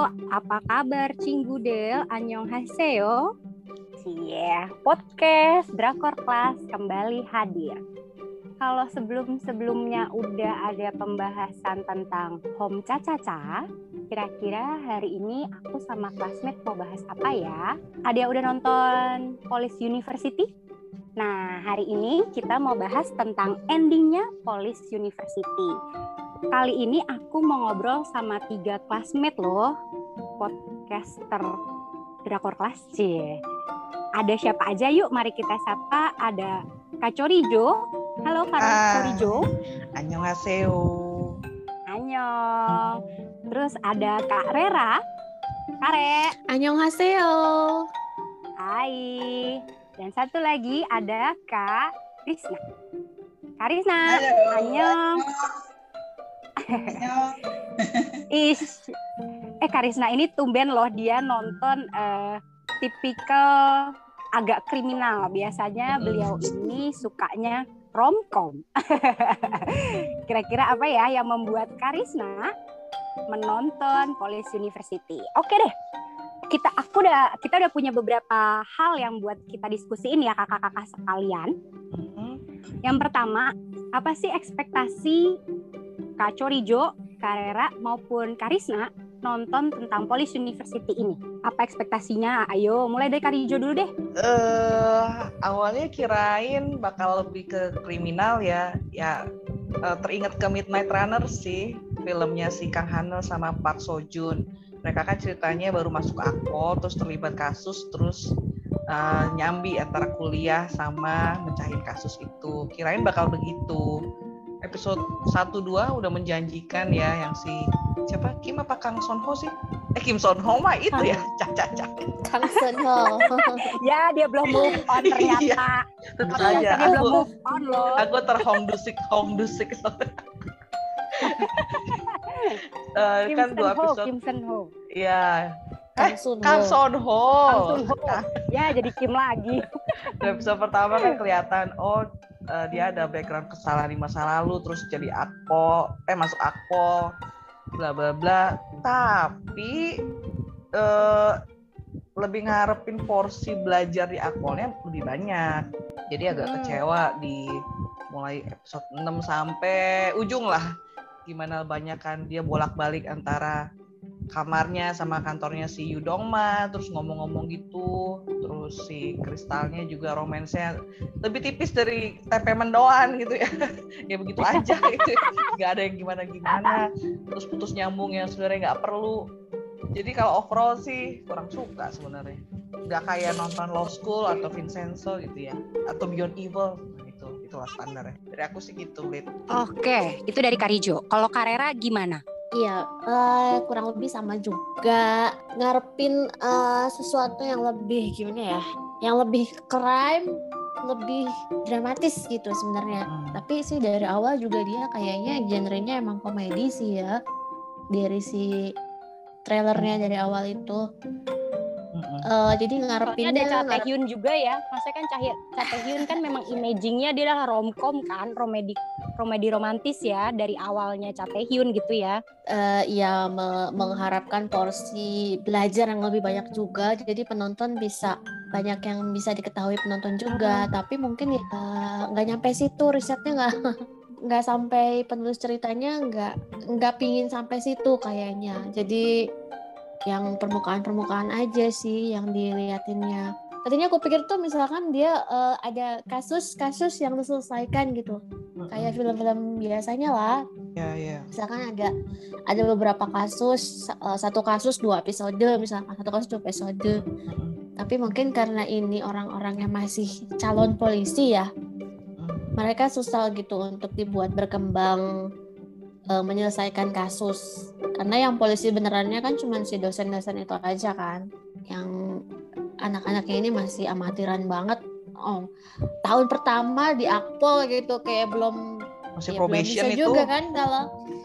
apa kabar Cing Budel? Annyeonghaseyo. Podcast Drakor Class kembali hadir. Kalau sebelumnya udah ada pembahasan tentang Home Cha-Cha-Cha, kira-kira hari ini aku sama classmate mau bahas apa ya? Ada yang udah nonton Police University? Nah, hari ini kita mau bahas tentang endingnya Police University. Kali ini aku mau ngobrol sama 3 classmate loh, podcaster Drakor Class C. Ada siapa aja yuk, mari kita sapa. Ada Kak Chorijo. Halo Kak Chorijo. Annyeonghaseyo. Annyeong. Terus ada Kak Rera. Kare. Annyeonghaseyo. Hai. Dan satu lagi ada Kak Risna. Kak Risna. Annyeong. Kak Risna ini tumben loh dia nonton tipikal agak kriminal. Biasanya beliau ini sukanya romcom. Kira-kira apa ya yang membuat Kak Risna menonton Police University? Oke deh. Kita udah punya beberapa hal yang buat kita diskusiin ya kakak-kakak sekalian. Yang pertama, apa sih ekspektasi Kak Chorijo, Kak Rera maupun Kak Risna nonton tentang Police University ini? Apa ekspektasinya? Ayo, mulai dari Kak Rijo dulu deh. Awalnya kirain bakal lebih ke kriminal ya. Teringat ke Midnight Runner sih, filmnya si Kang Hanel sama Park Seo Joon. Mereka kan ceritanya baru masuk Akpol, terus terlibat kasus, terus nyambi antara kuliah sama mencahin kasus itu. Kirain bakal begitu. Episode 1-2 udah menjanjikan ya, yang si siapa? Kim apa Kang Son Ho sih? Kim Son Ho mah itu ya, Caca. Kang Son Ho. Ya, dia belum move on ternyata. Tentu saja. Dia belum move on loh. Aku terhomdusik. Kan 2 episode. Kim Son Ho. Iya. Kang Son Ho. Ya, jadi Kim lagi. Di episode pertama kan kelihatan dia ada background kesalahan di masa lalu, terus jadi masuk Akpol, bla bla bla. Tapi lebih ngarepin porsi belajar di Akpolnya lebih banyak. Jadi agak kecewa di mulai episode 6 sampai ujung lah. Gimana banyak kan dia bolak-balik antara kamarnya sama kantornya si Yu Dongma, terus ngomong-ngomong gitu, terus si Kristalnya juga romansnya lebih tipis dari TP Mendoan gitu ya. Ya begitu aja gitu, nggak ada yang gimana-gimana, terus putus nyambung yang sebenarnya nggak perlu. Jadi kalau overall sih kurang suka sebenarnya, nggak kayak nonton Law School atau Vincenzo gitu ya, atau Beyond Evil. Itulah standarnya dari aku sih gitu, Bet. Oke, itu dari Karijo. Kalau Karera gimana? Iya, kurang lebih sama juga. Ngarepin sesuatu yang lebih gimana ya? Yang lebih crime, lebih dramatis gitu sebenarnya. Tapi sih dari awal juga dia kayaknya genrenya emang komedi sih ya. Dari si trailernya dari awal itu. Jadi ngarepinnya ada Cha Tae-hyun juga ya. Maksudnya kan Cha Tae-hyun kan memang imagingnya dia adalah romcom kan, komedi romantis ya dari awalnya Cha Tae-hyun gitu ya. Mengharapkan porsi belajar yang lebih banyak juga, jadi penonton bisa banyak yang bisa diketahui penonton juga. Tapi mungkin ya nggak nyampe situ, risetnya nggak sampai, penulis ceritanya nggak pingin sampai situ kayaknya. Jadi yang permukaan aja sih yang diliatinnya. Tadinya aku pikir tuh misalkan dia ada kasus yang diselesaikan gitu, kayak film-film biasanya lah. Iya. Misalkan ada beberapa kasus, satu kasus 2 episode, misalkan satu kasus 2 episode. Tapi mungkin karena ini orang-orangnya masih calon polisi ya, mereka susah gitu untuk dibuat berkembang, menyelesaikan kasus. Karena yang polisi benerannya kan cuma si dosen-dosen itu aja kan. Yang anak-anaknya ini masih amatiran banget. Tahun pertama di Akpol gitu, kayak belum masih probation belum bisa itu juga kan kalau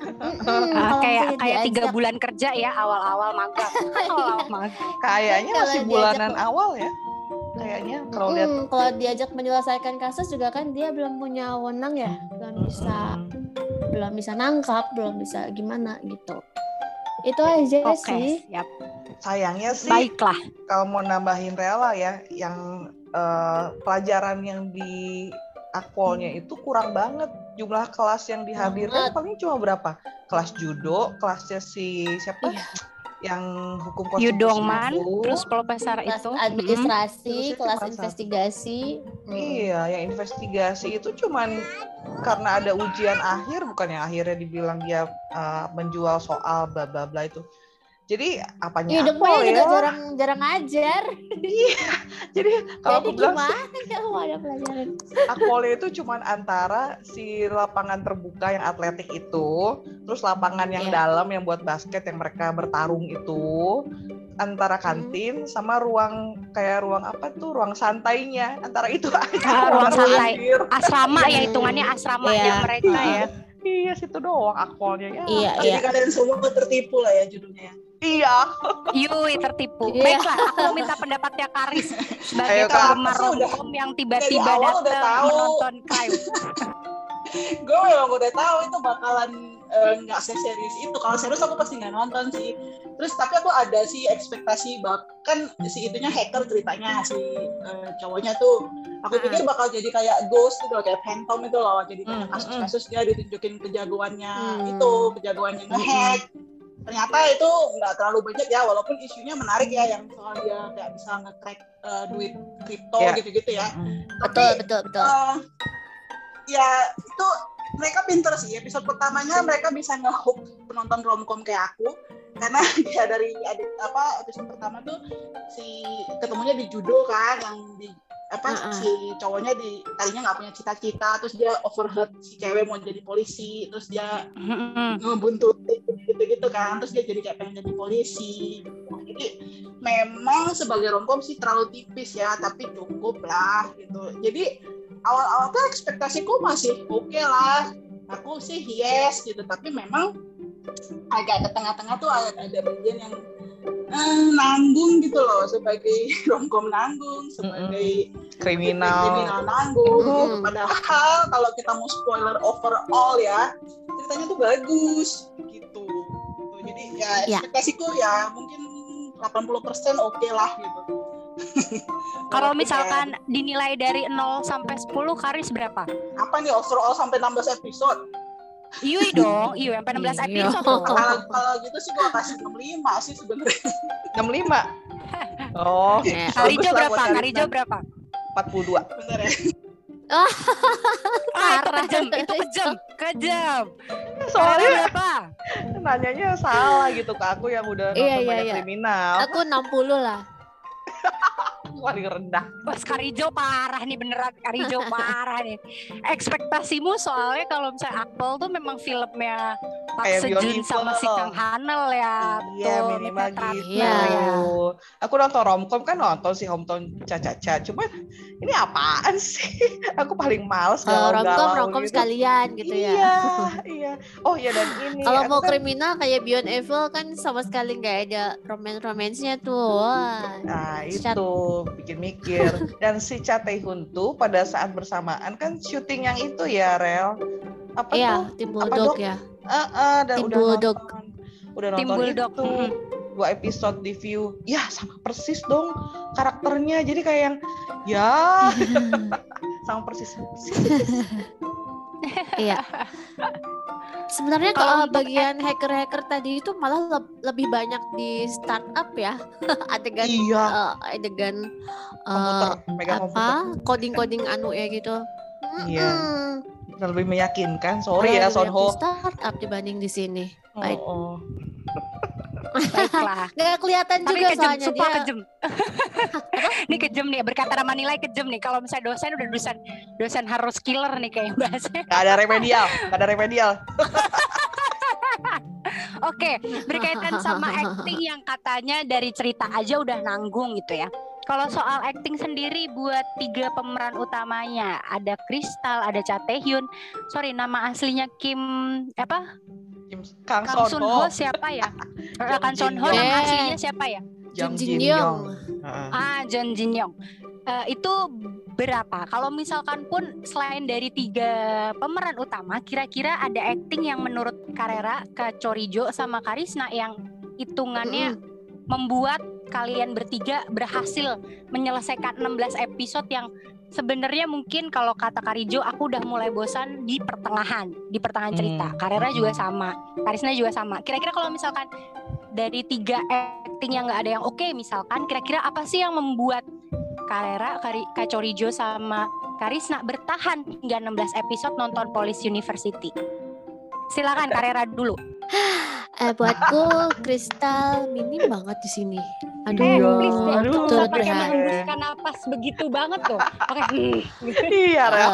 kayak 3 bulan kerja ya, awal-awal magang. Kayaknya masih bulanan awal ya. Kayaknya kalau lihat kalau diajak menyelesaikan kasus juga kan dia belum punya wewenang ya, belum bisa nangkap, belum bisa gimana gitu. Itu aja Oke, sih. siap. Sayangnya sih Baiklah. kalau mau nambahin Rela ya, yang pelajaran yang di Akpolnya itu kurang banget. Jumlah kelas yang dihadirkan Banget. paling cuma berapa? Kelas judo, kelasnya si siapa? Iya. Yang hukum Yudongman, konstitusi itu. terus profesor Kelas itu. administrasi, Terusnya kelas cuma satu. investigasi. Iya, yang investigasi itu cuman karena ada ujian akhir, bukan yang akhirnya dibilang dia menjual soal bla bla bla itu. Jadi apanya Iya, Akpol juga ya? jarang ngajar. Jadi kalau Jadi aku bilang sih, gimana kalau ada pelajaran? Akpol itu cuman antara si lapangan terbuka yang atletik itu, terus lapangan yang Iya. dalam yang buat basket yang mereka bertarung itu, antara kantin sama ruang kayak ruang apa tuh, ruang santainya, antara itu aja. Ruang santai. Hadir. Asrama ya, hitungannya asramanya Iya. mereka ya. Iya, situ doang Akpolnya ya. Iya, Jadi iya. kalian semua tertipu lah ya judulnya. Iya. Yui, tertipu. Iya. Baiklah, aku mau minta pendapatnya Karis sebagai Ayo, Kak. penggemar Aku sih udah- romcom yang tiba-tiba dari awal udah datang tahu. menonton crime. Gue memang udah tahu itu bakalan nggak seserius itu. Kalau serius aku pasti nggak nonton sih. Terus tapi aku ada sih ekspektasi, bahkan si itunya hacker ceritanya, si cowoknya tuh. Aku pikir bakal jadi kayak Ghost gitu loh, kayak Phantom itu loh. Jadi banyak kasus-kasus dia ditunjukin kejagoannya itu, kejagoannya nge-hack. Ternyata itu nggak terlalu banyak ya, walaupun isunya menarik ya, yang soal dia kayak bisa nge-crack duit kripto gitu-gitu ya. Betul. Ya itu mereka pinter sih. Episode pertamanya mereka bisa nge-hook penonton romcom kayak aku, karena dia dari episode pertama tuh si ketemunya di judo kan, yang di si cowoknya tadinya nggak punya cita-cita, terus dia overheard si cewek mau jadi polisi, terus dia ngebuntut gitu kan, terus dia jadi kayak pengen jadi polisi. Jadi memang sebagai romcom sih terlalu tipis ya, tapi cukup lah gitu. Jadi awal-awal tuh ekspektasiku masih oke lah, aku sih yes gitu, tapi memang agak ke tengah-tengah tuh ada bagian yang nanggung gitu loh, sebagai romcom nanggung, sebagai kriminal nanggung. Padahal kalau kita mau spoiler overall ya, ceritanya tuh bagus gitu. Jadi ya ekspektasiku ya mungkin 80% oke lah gitu. Kalau misalkan dinilai dari 0 sampai 10, Karis berapa? Apa nih overall sampai 16 episode? Yui dong, sampai 16 episode dong. Kalau gitu sih gua kasih 65 sih sebenarnya. 65. Oh. Karijo berapa? Karijo berapa? 42. Bener ya. Itu kejam. Soalnya berapa? Nanyanya salah gitu ke aku yang udah nonton banyak kriminal. Aku 60 lah. Paling rendah. Bos Karijo parah nih, beneran Karijo parah nih. Ekspektasimu soalnya kalau misalnya Akpol tuh memang filmnya Pak Sejun sama si Kang Hanel ya. Iya, tuh, minimal gitu. ya. Aku nonton romcom kan nonton si Hometown Caca-Caca. Cuman ini apaan sih? Aku paling males romcom gitu. Sekalian gitu ya. Iya. Oh iya, dan ini. Kalau mau kriminal kayak Beyond Evil kan sama sekali nggak ada romance-romansnya tuh. Wah. Nah itu bikin mikir. Dan si Cha Tae-hun tuh pada saat bersamaan kan syuting yang itu ya, Rel. Apa tuh? Tim Bulldog ya. Dan Tim Bulldog. Udah nonton itu. 2 episode di view. Ya sama persis dong karakternya. Jadi kayak yang ya sama persis. Iya. Sebenarnya kalau bagian hacker-hacker tadi itu malah lebih banyak di startup ya. adegan komputer, coding anu ya gitu. Iya. Lebih meyakinkan. Sorry ya Sonho. Startup dibanding di sini. Baiklah. Nggak kelihatan tapi juga kejam, soalnya dia. Kejam. Ini kejam nih, berkata nama nilai kejam nih. Kalau misalnya dosen udah dosen harus killer nih kayak bahasanya. Gak ada remedial. Oke, berkaitan sama acting yang katanya dari cerita aja udah nanggung gitu ya. Kalau soal acting sendiri buat 3 pemeran utamanya, ada Kristal, ada Cha Tae-hyun. Sorry, nama aslinya Kang Son Ho siapa ya? Kang Son Ho nama aslinya siapa ya? Jung Jin Young. Jun Jin Young. itu berapa? Kalau misalkan pun selain dari 3 pemeran utama, kira-kira ada acting yang menurut Carrera, Kak Chorizo sama Karisna yang hitungannya membuat kalian bertiga berhasil menyelesaikan 16 episode yang sebenarnya mungkin kalau kata Karijo aku udah mulai bosan di pertengahan cerita. Carrera juga sama, Karisna juga sama. Kira-kira kalau misalkan dari 3 acting yang nggak ada yang oke, misalkan kira-kira apa sih yang membuat Carrera, Kak Chorizo sama Karisna bertahan hingga 16 episode nonton Police University? Silakan Carrera dulu. Buatku Kristal minim banget di sini. Please deh, aduh, sampai turut kayak prihatin. menghembuskan napas begitu banget loh. Oke. Iya, Rel.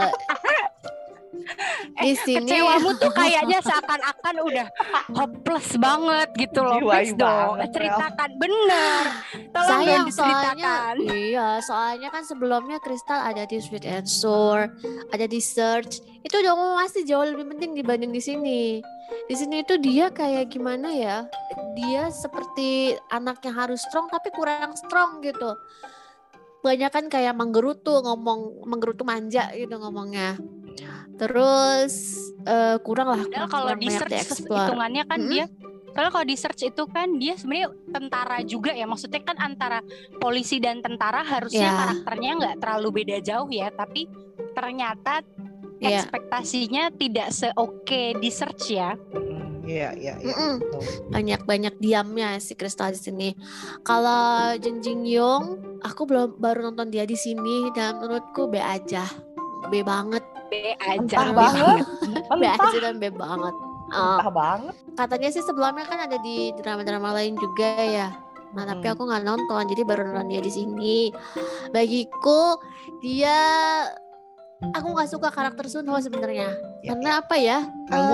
Di sini Kecewamu tuh kayaknya seakan-akan udah hopeless banget gitu loh. Jiwai Please dong, banget, Rel. ceritakan bener. Tolong dong sayang diceritakan. soalnya kan sebelumnya Kristal ada di Sweet and Sour, ada di Search. Itu udah masih jauh lebih penting dibanding di sini. Di sini itu dia kayak gimana ya? Dia seperti anak yang harus strong tapi kurang strong gitu. Banyak kan kayak menggerutu manja gitu ngomongnya. Terus kurang lah. Padahal kalau di search hitungannya kan dia, kalau di search itu kan dia sebenarnya tentara juga ya. Maksudnya kan antara polisi dan tentara harusnya karakternya nggak terlalu beda jauh ya. Tapi ternyata ekspektasinya tidak se-oke di search ya. Iya. Banyak diamnya si Kristal di sini. Kalau Jung Jin Young, aku baru nonton dia di sini dan menurutku B aja, B banget. B aja. Entah banget. B aja dan B banget. Entah banget. Katanya sih sebelumnya kan ada di drama-drama lain juga ya. Nah tapi aku nggak nonton, jadi baru nonton dia di sini. Bagiku dia, aku nggak suka karakter Sunho sebenarnya. Karena apa ya?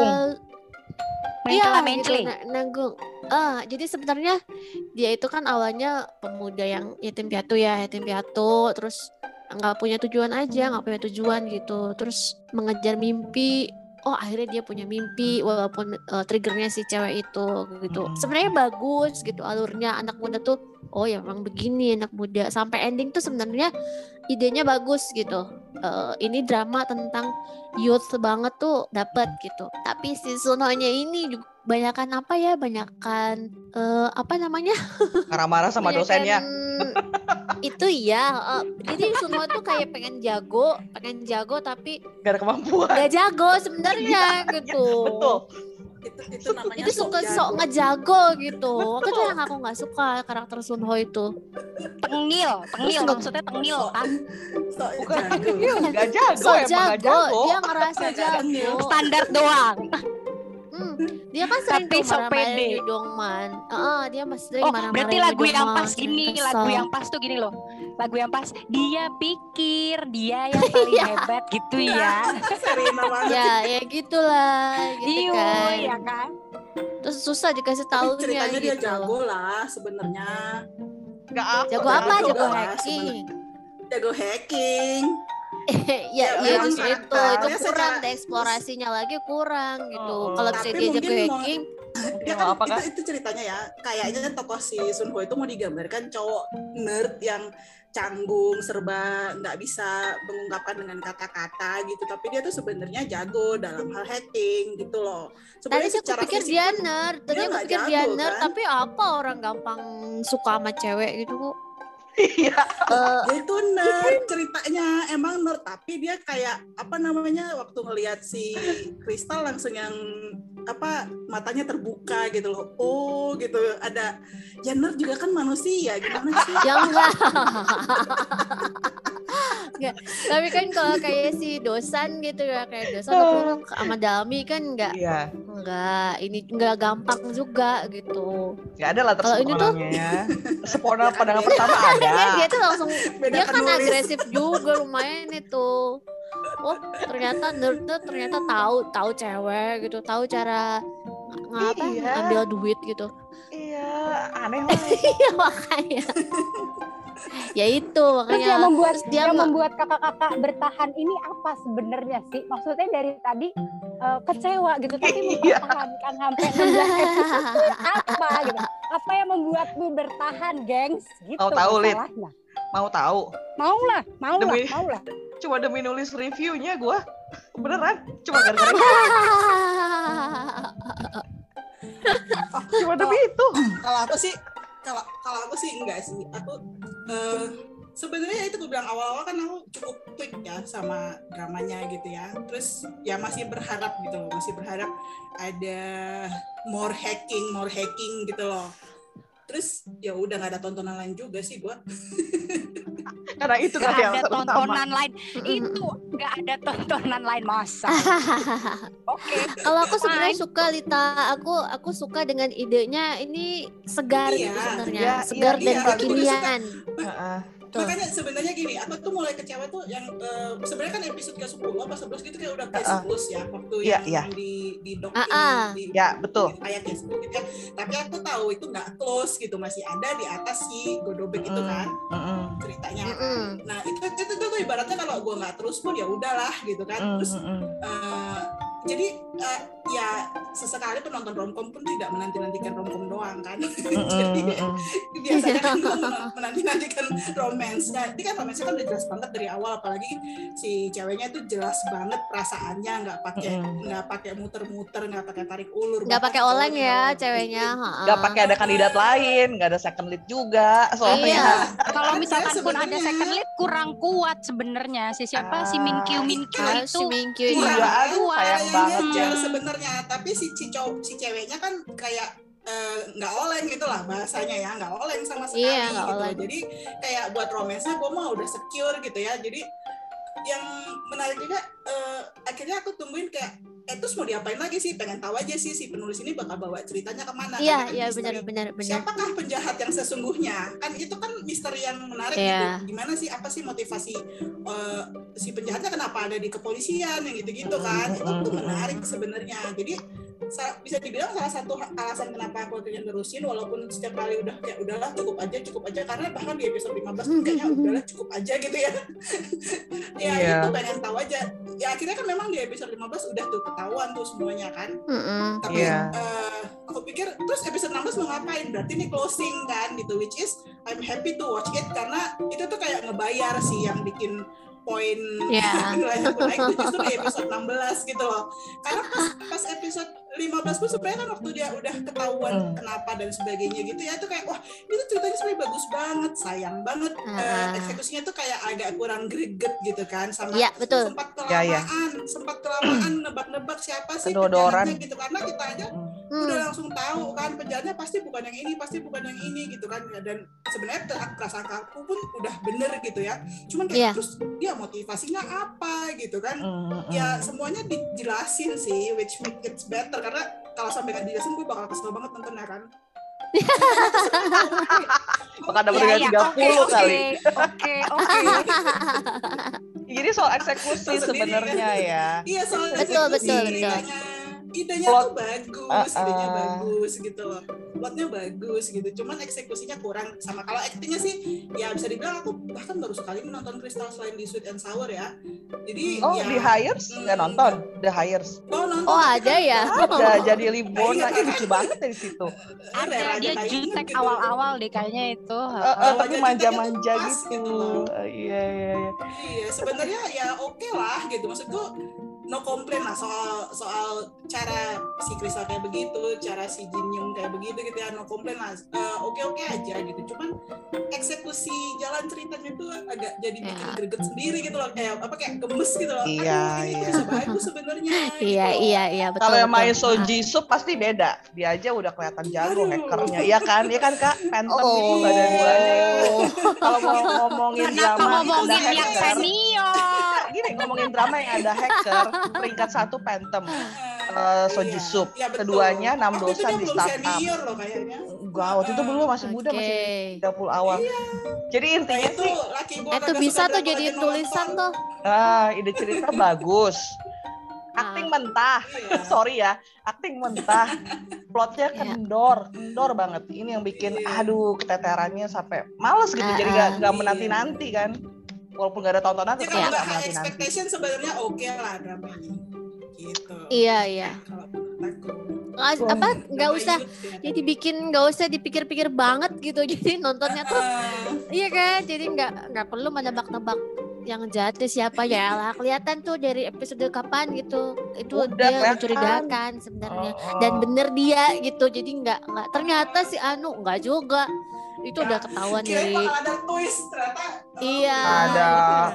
Iya gitu, nanggung. Jadi sebenarnya dia itu kan awalnya pemuda yang yatim piatu, terus nggak punya tujuan gitu, terus mengejar mimpi. Akhirnya dia punya mimpi walaupun triggernya si cewek itu gitu. Sebenarnya bagus gitu alurnya, anak muda tuh ya memang begini anak muda, sampai ending tuh sebenarnya idenya bagus gitu. Ini drama tentang youth banget tuh dapet gitu. Tapi si Sunho-nya ini juga banyakan marah-marah sama dosennya. Itu ya. Jadi Sunho tuh kayak pengen jago tapi Gak ada kemampuan. gak jago sebenarnya gitu. Betul. Itu namanya Itu sok ngejago gitu. Itu yang aku nggak suka karakter Sunho itu. Tengil maksudnya tengil kan. Bukan gak jago, Sok emang gak jago. dia ngerasa jago. Standar doang. Dia kan sering Tapi tuh sok marah-marahin pede. di Dongman. Dia masih sering marah-marahin Berarti di lagu yang Dongman, pas sering gini, kesel. lagu yang pas tuh gini loh. Lagu yang pas, dia pikir dia yang paling hebat gitu ya. Serena banget. Ya gitulah gitu kan. Iya kan. Terus susah dikasih Tapi taunya ceritanya dia gitu. jago lah sebenarnya. Jago apa? Jago Jago lah hacking. Jago hacking. Ya Ya, justru memang itu kan. kurang, Secara- eksplorasinya lagi kurang gitu. Kalau bisa Tapi dia jago mungkin mau- hacking, Dia Mau kan apa, Kak? itu ceritanya ya. Kayaknya tokoh si Sunho itu mau digambarkan cowok nerd yang canggung, serba nggak bisa mengungkapkan dengan kata-kata gitu. Tapi dia tuh sebenarnya jago dalam hal hacking gitu loh. tadi sih aku secara pikir fisik dia pun nerd, dia nggak jago, kan? tapi apa orang gampang suka sama cewek gitu kok. Iya. Dia itu nerd ceritanya, emang nerd, tapi dia kayak waktu ngelihat si Kristal langsung yang matanya terbuka gitu loh. Gitu ada ya, nerd juga kan manusia gimana sih? Ya enggak. Enggak. Tapi kan kalau kayak si Dosan gitu ya, kayak Dosan aku sama Dami kan enggak gampang juga gitu. Gak ada lah Kalau ini tuh orangnya ya. Sepona pandangan pertama ada. Dia tuh langsung dia kan penulis. agresif juga lumayan itu. Ternyata nerd tuh ternyata tahu cewek gitu, tahu cara ngambil duit gitu. Iya, aneh banget. Iya makanya. Ya itu Terus makanya. yang membuat kakak-kakak bertahan ini apa sebenarnya sih? Maksudnya dari tadi kecewa gitu, tapi mempertahankan sampai 16 episode apa gitu? Apa yang membuatmu bertahan, gengs? Gitu Tahu, Lid. masalahnya. Mau tahu? Mau lah. Cuma demi nulis reviewnya gue. Beneran. Cuma gara-gara cuma demi itu. Kalau aku sih enggak sih. Aku sebenarnya itu gue bilang awal-awal kan aku cukup klik ya sama dramanya gitu ya. Terus ya masih berharap gitu loh, masih berharap ada more hacking gitu loh. Terus ya udah nggak ada tontonan lain juga sih gue. Karena itu kan Nggak yang ada utama. tontonan lain. Itu nggak ada tontonan lain masa. Oke. Kalau aku sebenarnya suka Lita, aku suka dengan idenya ini segar Iya, gitu sebenarnya, iya, segar iya, dan iya, aku juga kekinian. Heeh. Tuh. Makanya sebenarnya gini, aku tuh mulai kecewa tuh yang sebenarnya kan episode ke-10 apa 11 gitu kayak udah kayak siklus ya waktu Iya, yang iya. di dock di Ya, betul. kayak gitu kan. Tapi aku tahu itu nggak close gitu, masih ada di atas si Godobek itu kan ceritanya. Nah, itu tuh ibaratnya kalau gue nggak terus pun ya udahlah gitu kan. Terus jadi ya sesekali penonton romcom pun tidak menanti-nantikan romcom doang kan. Jadi biasanya kan gue menanti-nantikan romance. Nah, ini kan romance kan udah jelas banget dari awal, apalagi si ceweknya tuh jelas banget perasaannya, nggak pakai muter-muter, nggak pakai tarik ulur, Nggak pakai oleng ya ceweknya. Nggak pakai ada kandidat lain, nggak ada second lead juga soalnya. Iya. Kalau misalkan pun sebenarnya ada second lead kurang kuat sebenarnya. Si siapa si Minkyu Si itu Minkyu ini. Iya, aduh sayang banget ya. sebenarnya. Tapi si ceweknya kan kayak nggak oleng gitu lah bahasanya ya, nggak oleng sama sekali Iya, gitu. oleng. Jadi kayak buat romansnya gue mah udah secure gitu ya. Jadi yang menarik juga akhirnya aku tungguin kayak terus mau diapain lagi sih, pengen tahu aja sih si penulis ini bakal bawa ceritanya kemana. Iya, Karena iya misteri, benar. siapakah penjahat yang sesungguhnya, kan itu kan misteri yang menarik Iya. gitu. Gimana sih, apa sih motivasi si penjahatnya, kenapa ada di kepolisian yang gitu-gitu kan. Itu tuh menarik sebenarnya. Jadi bisa dibilang salah satu alasan kenapa aku akhirnya nerusin, walaupun setiap kali udah kayak udahlah cukup aja, karena bahkan di episode 15 tuh kayaknya udahlah cukup aja gitu ya. Ya itu pengen tahu aja. Ya akhirnya kan memang di episode 15 udah tuh ketahuan tuh semuanya kan. Tapi aku pikir terus episode 16 mau ngapain? Berarti ini closing kan gitu, which is I'm happy to watch it karena itu tuh kayak ngebayar sih yang bikin poin nilainya pun naik itu justru di episode 16 gitu loh. Karena pas episode 15 pun sebenarnya kan waktu dia udah ketahuan kenapa dan sebagainya gitu ya, itu kayak wah itu ceritanya sebenarnya bagus banget, sayang banget eksekusinya tuh kayak agak kurang greget gitu kan, sama sempat kelamaan nebak-nebak siapa sih penjahatnya gitu, karena kita aja udah langsung tahu kan penjahatnya pasti bukan yang ini gitu kan. Dan sebenarnya prasangka aku pun udah bener gitu ya, cuman kayak terus dia motivasinya apa gitu kan. Ya semuanya dijelasin sih, which make it better, karena kalau sampai nggak dijelasin gue bakal kesel banget nontonnya kan. Bakal dapat dengan 30 kali. Oke. Jadi soal eksekusi sebenarnya ya. Iya, soal betul. Idenya tuh bagus gitu loh. Plotnya bagus gitu, cuman eksekusinya kurang. Sama kalau aktingnya sih ya bisa dibilang aku bahkan baru sekali menonton Crystal selain di Sweet and Sour ya. Jadi The Hires nggak nonton The Hires. Nonton. Ada ya. Ada jadi Libona, lucu banget dari situ. Ada dia jutek awal-awal deh kayaknya itu. Tapi manja-manja gitu. Iya. Iya, sebenarnya ya oke lah gitu, maksudku no komplain lah soal cara si Crystal kayak begitu, cara si Jin Young kayak begitu gitu ya, no komplain lah, oke aja gitu. Cuman eksekusi jalan ceritanya tuh agak jadi bikin greget sendiri gitu loh, kayak gemes gitu loh. Iya. Bisa bagus sebenarnya. Iya betul. Kalau yang main So Jisoo pasti beda, dia aja udah kelihatan jago hackernya, iya kan Kak, Phantom itu nggak ada duanya itu. Kalau mau ngomongin drama ngomongin yang hacker, senior. Gini ngomongin drama yang ada hacker, peringkat 1 Phantom, So Jisoo, keduanya Nam Dosan di startup. Senior loh kayaknya. Enggak, waktu itu belum, masih muda, masih 30 awal. Jadi intinya sih itu bisa tuh jadi tulisan tuh. Ide cerita bagus. Akting mentah, sorry ya, akting mentah, plotnya kendor banget. Ini yang bikin, keteterannya sampai males gitu, jadi nggak menanti-nanti kan. Walaupun nggak ada tontonan, tetap nggak menanti-nanti. Expectation sebenarnya oke lah drama ini, gitu. Iya. Kalau aku. nggak usah jadi bikin, nggak usah dipikir-pikir banget gitu. Jadi nontonnya tuh iya kan, jadi nggak perlu menebak-nebak yang jahatnya siapa. Ya lah kelihatan tuh dari episode kapan gitu, itu Udah dia kelihatan. mencurigakan sebenarnya, dan bener dia gitu. Jadi nggak ternyata si Anu nggak juga, itu udah ketahuan Kirain dari bakal ada twist, ternyata iya Ada.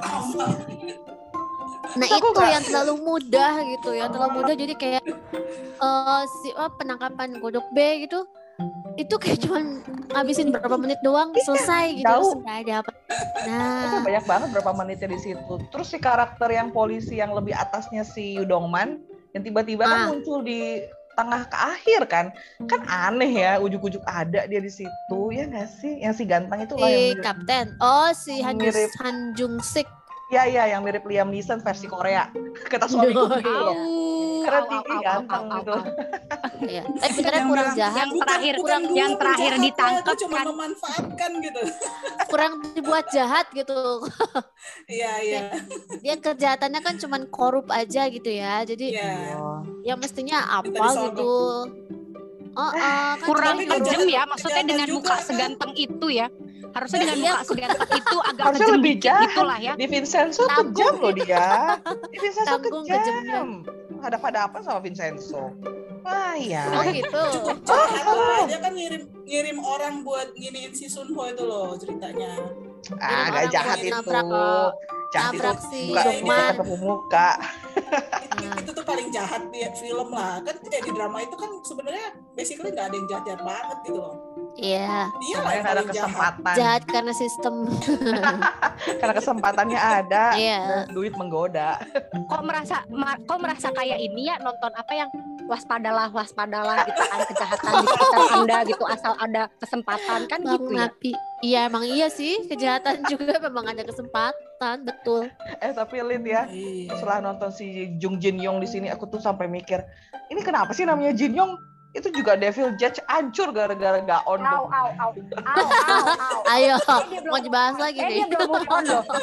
Nah Terus aku itu nggak- yang terlalu mudah gitu, yang terlalu mudah. Jadi kayak penangkapan Godok B gitu, itu kayak cuman ngabisin berapa menit doang selesai gitu, terus Tahu. nggak ada apa. Terus Nah banyak banget berapa menitnya di situ. Terus si karakter yang polisi yang lebih atasnya si Yudongman yang tiba-tiba kan muncul di tengah ke akhir kan aneh ya, ujuk-ujuk ada dia di situ ya nggak sih, yang si ganteng itu lah yang si mirip, kapten si mirip. Han Jung Sik. ya yang mirip Liam Neeson versi Korea kata suamiku Oh, gitu iya. loh. Karena tinggi ganteng gitu. Iya. Sebenarnya Yang kurang bilang, jahat, Yang terakhir bukan gua yang terakhir penjahatnya, ditangkap gua cuma kan. memanfaatkan gitu. kurang dibuat jahat gitu. Iya. Dia kejahatannya kan cuman korup aja gitu ya. Jadi Iya. ya mestinya apa disogok. gitu. Kan Kurang sebenarnya kejam kejahatan- ya, maksudnya kejahatan dengan juga muka kan. seganteng itu ya. Harusnya dengan Iya. muka seganteng itu agak Harusnya kejam lebih dikit jahat. gitulah ya. Di Vincenzo Tanggung. kejam loh dia. Di Vincenzo Tanggung kejamnya. kejam. Hadap-hadapan sama Vincenzo. Wah ya. Oh gitu. Cukup jahat lah. Dia kan ngirim orang buat nginiin si Sunho itu loh ceritanya. Ah, orang gak jahat buat itu. Jahat itu nabrak si bukan Dokman. ketemu muka. Itu tuh paling jahat di film lah. Kan di drama itu kan sebenarnya basically nggak ada yang jahat banget gitu loh. Iya. Dia lah Kemarin yang ada paling jahat. kesempatan. Jahat karena sistem. Karena kesempatannya ada. Iya. Dan duit menggoda. Kok merasa kayak ini ya, nonton apa yang waspadalah gitu kan, kejahatan di sekitar Anda gitu, asal ada kesempatan kan Bang gitu ya. Napi. Iya emang iya sih, kejahatan juga memang ada kesempatan, betul. Tapi Lid ya, Iya. setelah nonton si Jung Jin Yong di sini, aku tuh sampai mikir, ini kenapa sih namanya Jin Yong? Itu juga Devil Judge hancur gara-gara gaon tuh. Au. Ayo, Dia belum mau dibahas lagi dia nih. belum move on loh.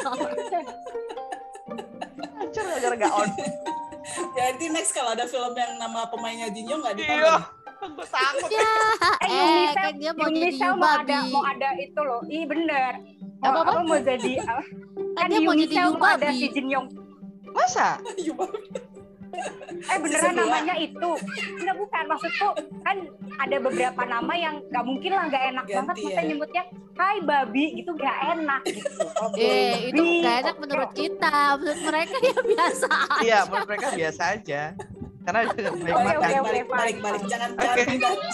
Hancur gara-gara gaon. Ya nanti next kalau ada film yang nama pemainnya Jinyo nggak Iya, ditonton. gue takut. Kan dia mau jadi Unisel Yubabi. mau ada itu loh. Ih bener. Apa-apa? Mau jadi Kan dia mau jadi Unisel mau ada Yubabi. si Jin Yong. Masa? Beneran Season dua. namanya itu. Enggak, bukan, maksudku kan ada beberapa nama yang nggak mungkin lah, nggak enak Ganti banget masa ya. nyebutnya hai babi gitu, nggak enak gitu. Itu gak enak menurut kita, menurut mereka ya biasa aja. Iya, menurut mereka biasa aja. Karena banyak Oke, makan. oke. Balik. Jangan Oke.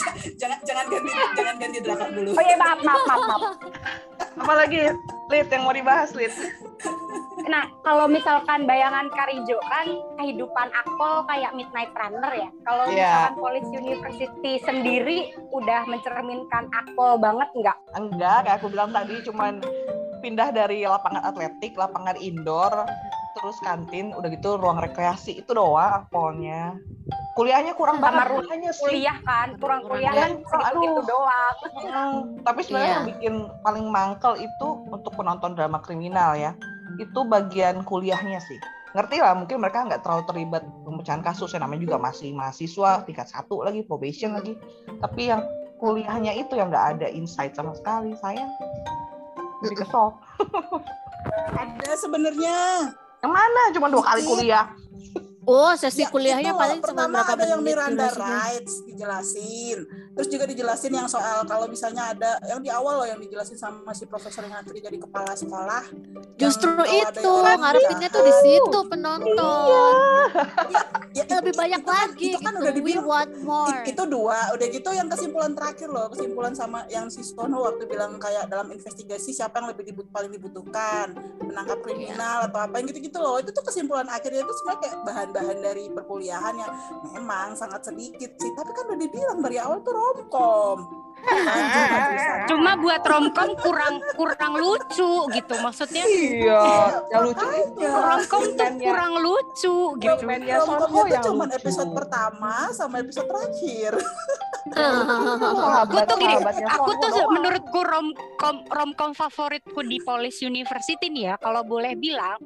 ganti drakor dulu. Oh iya, maaf. Apa lagi, Lid, yang mau dibahas, Lid? Nah, kalau misalkan bayangan Karijo kan kehidupan Akpol kayak Midnight Runner ya. Kalau Iya. misalkan Police University sendiri udah mencerminkan Akpol banget nggak? Enggak, kayak aku bilang tadi, cuman pindah dari lapangan atletik, lapangan indoor, terus kantin, udah gitu ruang rekreasi, itu doang akpolnya. Kuliahnya kurang Sama banget kuliahnya sih. Kuliah kan, kurang kuliah kan segitu doang. Tapi sebenarnya Iya. yang bikin paling mangkel itu untuk penonton drama kriminal ya, itu bagian kuliahnya sih. Ngerti lah, mungkin mereka nggak terlalu terlibat pemecahan kasus, ya namanya juga masih mahasiswa tingkat 1 lagi, probation lagi. Tapi yang kuliahnya itu yang nggak ada insight sama sekali, sayang. Lebih kesel. Ada sebenarnya. Yang mana? Cuma 2 kali kuliah. Oh, sesi Ya, kuliahnya itu, paling cuma pertama berapa ada yang menit Miranda durasinya. rights dijelasin, terus juga dijelasin yang soal kalau misalnya ada yang di awal loh yang dijelasin sama si profesor yang nanti jadi kepala sekolah. Justru Yang kalau ada itu orang ngarepinnya tuh di situ penonton. ya, Lebih banyak itu kan- lagi itu kan gitu. udah We dibilang. want more. Itu 2, udah gitu yang kesimpulan terakhir loh, kesimpulan sama yang si Sono waktu bilang kayak dalam investigasi siapa yang lebih paling dibutuhkan, menangkap kriminal atau apa yang gitu-gitu loh. Itu tuh kesimpulan akhirnya itu sebenarnya kayak bahan-bahan dari perkuliahan yang memang sangat sedikit sih, tapi kan udah dibilang dari awal tuh romcom. Cuma buat romcom kurang lucu gitu, maksudnya Iya, yang lucu itu. romcom tuh kurang lucu gitu. Romcomnya Sonho Romcomnya yang tuh cuma lucu. episode pertama sama episode terakhir. Aku tuh gini, Sahabatnya aku Sonho tuh doang. menurutku romcom favoritku di Police University nih ya, kalau boleh bilang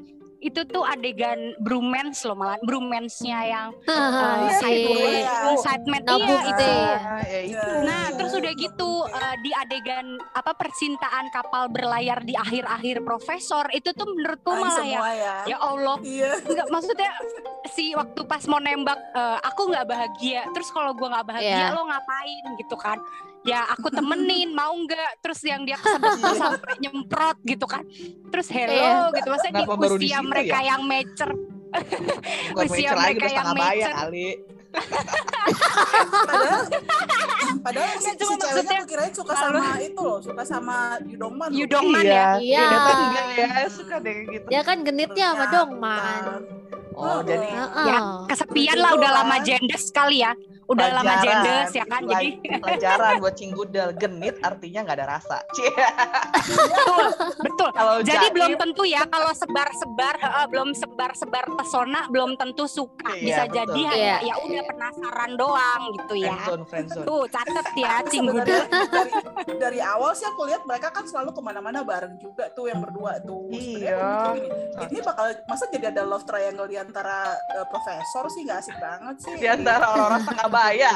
itu tuh adegan bromance loh, malah bromance-nya yang excitement Nah, terus udah gitu di adegan percintaan kapal berlayar di akhir-akhir Profesor itu tuh menurutku malah ya Allah. Enggak, maksudnya si waktu pas mau nembak aku nggak bahagia. Terus kalau gue nggak bahagia lo ngapain gitu kan? Ya aku temenin mau nggak, terus yang dia kesedot sampai nyemprot gitu kan, terus hello gitu, maksudnya di usia mereka yang mature, usia mereka yang mature padahal si ceweknya aku kirain suka sama itu loh, suka sama Yudongman ya. Iya. Ya suka deh gitu. Dia kan genitnya sama Dongman. Jadi ya kesepian lah, udah lama jendes kali ya. Udah lama jendes ya kan, jadi pelajaran buat cinggudel, genit artinya nggak ada rasa. Betul. Jadi belum tentu ya kalau belum sebar pesona belum tentu suka. Bisa jadi ya udah penasaran doang gitu ya. Friendzone. Tuh catet ya cinggudel. Dari awal sih aku lihat mereka kan selalu kemana-mana bareng juga tuh yang berdua tuh. Iya. Ini bakal masa jadi ada love triangle di antara Profesor sih, nggak asik banget sih. Di antara orang-orang tengah bahaya.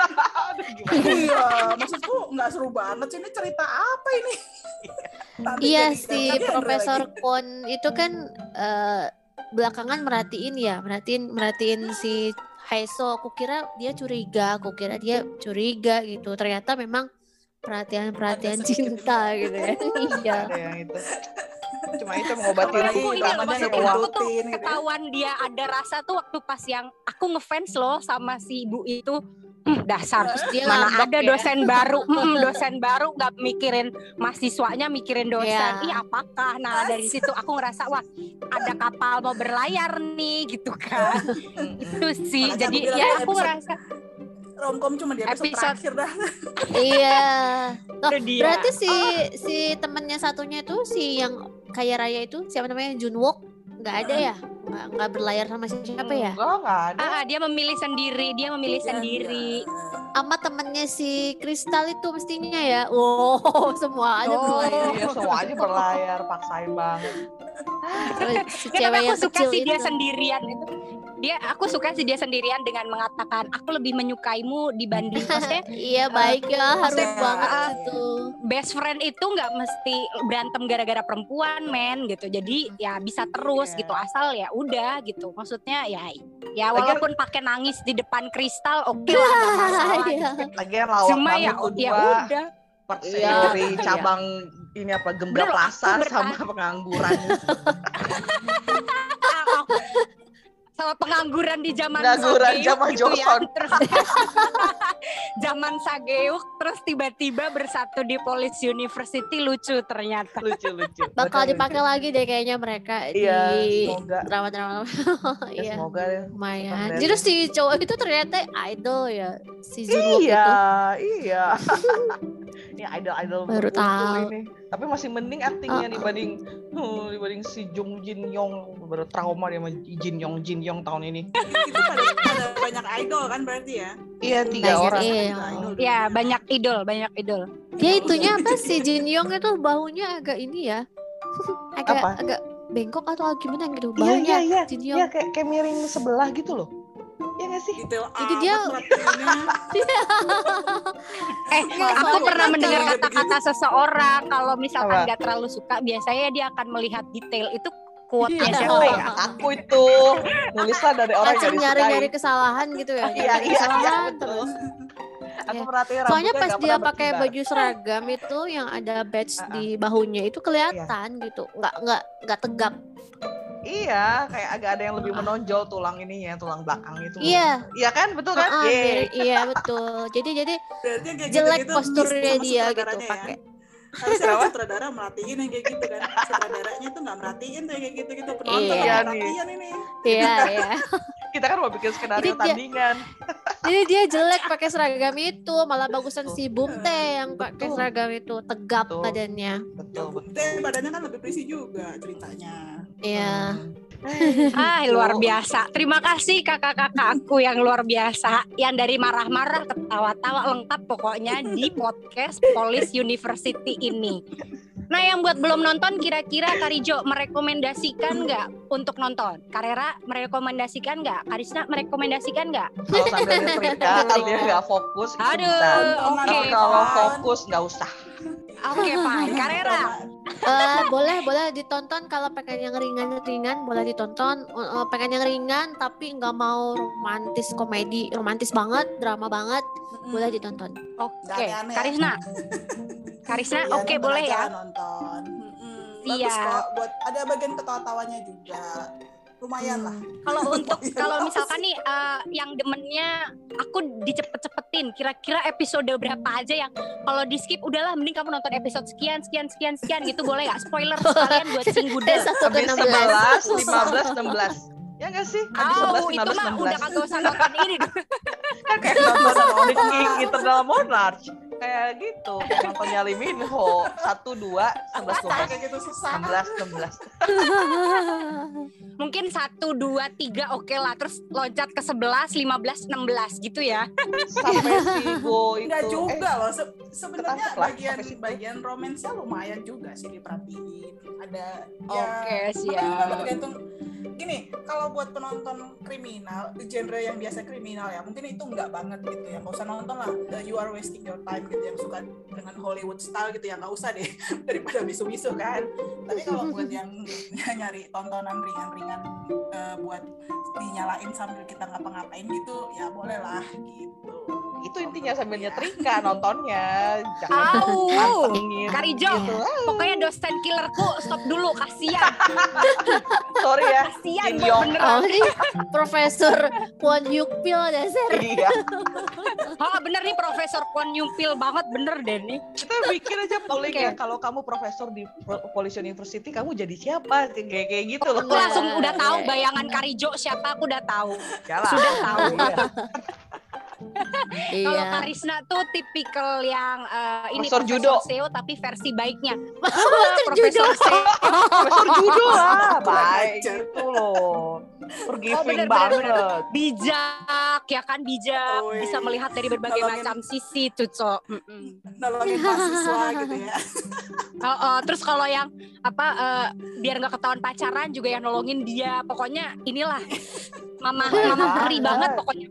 Iya, maksudku nggak seru banget sih, ini cerita apa ini? Iya sih, Profesor Kwon itu kan belakangan merhatiin si Haeso. Aku kira dia curiga gitu. Ternyata memang perhatian cinta gitu ya. Iya. Ada yang itu. Cuma itu mengobati aku tuh ketahuan dia ada rasa tuh waktu pas yang aku ngefans loh sama si ibu itu. Dasar dia mana ada dosen baru nggak mikirin mahasiswanya, mikirin dosen. Apakah? Nah dari situ aku ngerasa wah ada kapal mau berlayar nih gitu kan. Itu sih. Jadi ya aku ngerasa romcom cuma di episode terakhir dah. Iya. Berarti si temennya satunya tuh si yang kaya raya itu siapa namanya, Junwook, nggak ada ya? Nggak berlayar sama siapa ya? Nggak ada. Dia memilih sendiri. Sama temennya si Kristal itu mestinya ya. Wow, semua aja berlayar. Iya, semua aja berlayar, paksain banget. Si cewek yang kecil itu. Dia sendirian itu. Aku suka sih dia sendirian dengan mengatakan aku lebih menyukaimu dibanding maksudnya. Iya baik ya, harus banget itu. Best friend itu nggak mesti berantem gara-gara perempuan gitu. Jadi ya bisa terus gitu, asal ya udah gitu. Maksudnya ya walaupun pakai nangis di depan Kristal oke lah, nggak masalah. Lagian lawak cuma banget ya udah. Dari cabang ini Gembra Plaza sama pengangguran. Sama pengangguran di zaman Joseon. Terus zaman Sageuk, terus tiba-tiba bersatu di Police University, lucu ternyata. Lucu. Bakal dipakai lagi deh kayaknya mereka di drama-drama. Iya. Semoga ya. Lumayan. Jadi si cowok itu ternyata idol ya, si Junwook itu. Iya. Ini idol baru tahu ini. Tapi masih mending aktingnya dibanding si Jung Jin Yong. Baru trauma dia sama Jin Yong tahun ini. Itu pada banyak idol kan berarti ya? Iya, 3 orang. Iya, banyak idol. Dia itunya apa sih, Jin Yong itu bahunya agak ini ya. agak bengkok atau gimana gitu bahunya. Iya. Jin Yong. Iya, kayak miring sebelah gitu loh. Iya gak sih? Itu dia. Aku pernah mendengar kata-kata seseorang kalau misalkan nggak terlalu suka, biasanya dia akan melihat detail. Itu quote-nya siapa ya? Aku itu nulisan dari orang yang disukai. Nyari-nyari kesalahan gitu ya. Iya, terus. Aku perhatiin soalnya pas dia pakai baju seragam itu yang ada badge di bahunya itu kelihatan gitu, nggak tegap. Iya, kayak agak ada yang lebih menonjol tulang ininya, tulang belakang itu. Iya. Iya kan, betul kan? Iya betul. Jadi jelek posturnya dia gitu pakai. Harusnya sutradara merhatiin yang kayak gitu kan. Sutradaranya tuh nggak merhatiin tuh kayak gitu-gitu. Penonton merhatiin ini. Iya. Kita kan mau bikin skenario tandingan. Jadi dia jelek pakai seragam itu, malah bagusan si Bumte yang pakai seragam itu, tegap badannya. Betul. Bumte badannya kan lebih berisi juga ceritanya. Iya. Luar biasa. Terima kasih kakak-kakak aku yang luar biasa, yang dari marah-marah ketawa-tawa lengkap pokoknya di podcast Police University ini. Nah, yang buat belum nonton, kira-kira Karijo merekomendasikan nggak untuk nonton? Karera merekomendasikan nggak? Karisna merekomendasikan nggak? Kalau sambil nyetrika, dia nggak fokus, itu Aduh, bisa. oke. Tapi kalau fokus nggak usah. Oke, fine. Karera. Boleh ditonton kalau pengen yang ringan boleh ditonton. Pengen yang ringan tapi nggak mau romantis komedi, romantis banget, drama banget, boleh ditonton. Oke, Nggak aneh-aneh. Karisna, Iya, oke, nonton boleh aja, ya. nonton. Bagus Siap. kok, buat ada bagian ketawa-tawanya juga. Lumayan lah. Kalau misalkan nih yang demennya aku dicepet-cepetin, kira-kira episode berapa aja yang kalau di skip udahlah mending kamu nonton episode sekian gitu, boleh nggak? Spoiler sekalian buat Cinggudel. Habis 11, 15, 16. Ya nggak sih? Habis 11, Itu 15, mah 16. udah kagak usah nonton ini dong. Kan kayak nonton The King Eternal Monarch. Kayak gitu. Kayak nontonnya Lee Min Ho. 1, 2, 11, Kayak gitu susah. 16. Mungkin 1, 2, 3 oke lah. Terus loncat ke 11, 15, 16 gitu ya. Sampai si Go itu. Enggak juga loh. Sebenarnya ketangkep lah sampai situ. bagian romansnya lumayan juga sih diperhatiin. Ada Oke, ya, siap. makanya tergantung. Gini, kalau buat penonton kriminal, genre yang biasa kriminal ya, mungkin itu enggak banget gitu ya. Nggak usah nonton lah. You are wasting your time gitu, yang suka dengan Hollywood style gitu ya, nggak usah deh. Daripada bisu-bisu kan. Tapi kalau buat yang nyari tontonan ringan-ringan buat dinyalain sambil kita ngapa-ngapain gitu, ya boleh lah gitu. Itu intinya sambil nyetrika nontonnya. Jangan Au, mantengin. Karijo, Gitu. pokoknya dosen killerku stop dulu, kasihan. Sorry ya. Kasihan, Jin Yong. beneran. Oh, nih Profesor Kwon Yuk Pil dasar. Iya. Oh, bener nih Profesor Kwon Yumpil banget, bener deh nih. Kita bikin aja polling Oke. ya. Kalau kamu profesor di Pollution University, kamu jadi siapa? Kayak gitu loh. Aku langsung udah tahu Iya. bayangan Karijo siapa, aku udah tahu. Yalah. Sudah tahu. Iya. Kalau Iya. Karisna tuh tipikal yang ini Profesor judo. Seo tapi versi baiknya. Judo. Seo. Profesor judo lah. Baik Belajar. gitu loh. Forgiving bener, banget. bener. Bijak, ya kan bijak. Oi. Bisa melihat dari berbagai Nolongin. macam sisi tuh, Cok. Nolongin mahasiswa gitu ya. Terus kalau yang biar nggak ketahuan pacaran juga yang nolongin dia. Pokoknya inilah mama peri banget pokoknya.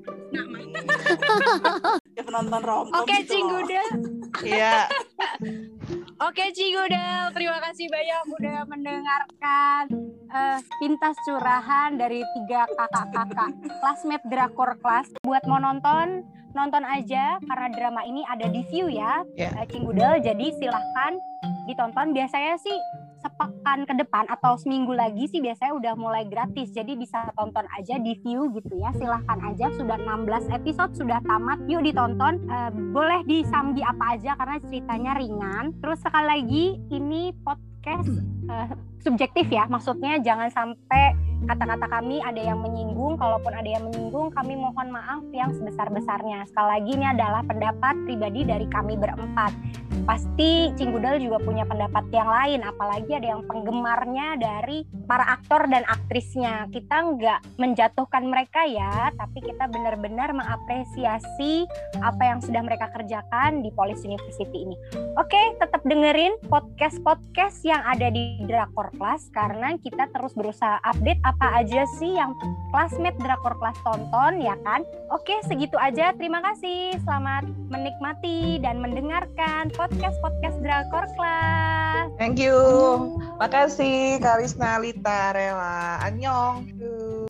Ya penonton romcom Oke, gitu loh. Cinggudel. Iya. Oke, Cinggudel. Terima kasih banyak udah mendengarkan pintas curahan dari 3 kakak-kakak classmate drakor kelas. Buat mau nonton aja karena drama ini ada di View ya, Cinggudel. Jadi silahkan ditonton. Biasanya sih sepekan ke depan atau seminggu lagi sih biasanya udah mulai gratis. Jadi bisa tonton aja di View gitu ya. Silahkan aja, sudah 16 episode sudah tamat. Yuk ditonton. Boleh disambi apa aja karena ceritanya ringan. Terus sekali lagi ini podcast subjektif ya. Maksudnya jangan sampai kata-kata kami ada yang menyinggung. Kalaupun ada yang menyinggung, kami mohon maaf yang sebesar-besarnya. Sekali lagi ini adalah pendapat pribadi dari kami berempat. Pasti Cinggudel juga punya pendapat yang lain, apalagi ada yang penggemarnya dari para aktor dan aktrisnya. Kita nggak menjatuhkan mereka ya, tapi kita benar-benar mengapresiasi apa yang sudah mereka kerjakan di Police University ini. Oke, tetap dengerin podcast-podcast yang ada di Drakor Class, karena kita terus berusaha update apa aja sih yang classmate Drakor Class tonton, ya kan? Oke, segitu aja. Terima kasih. Selamat menikmati dan mendengarkan podcast Drakor Class. Thank you. Makasih Karisna, Lita, Rela. Annyeong.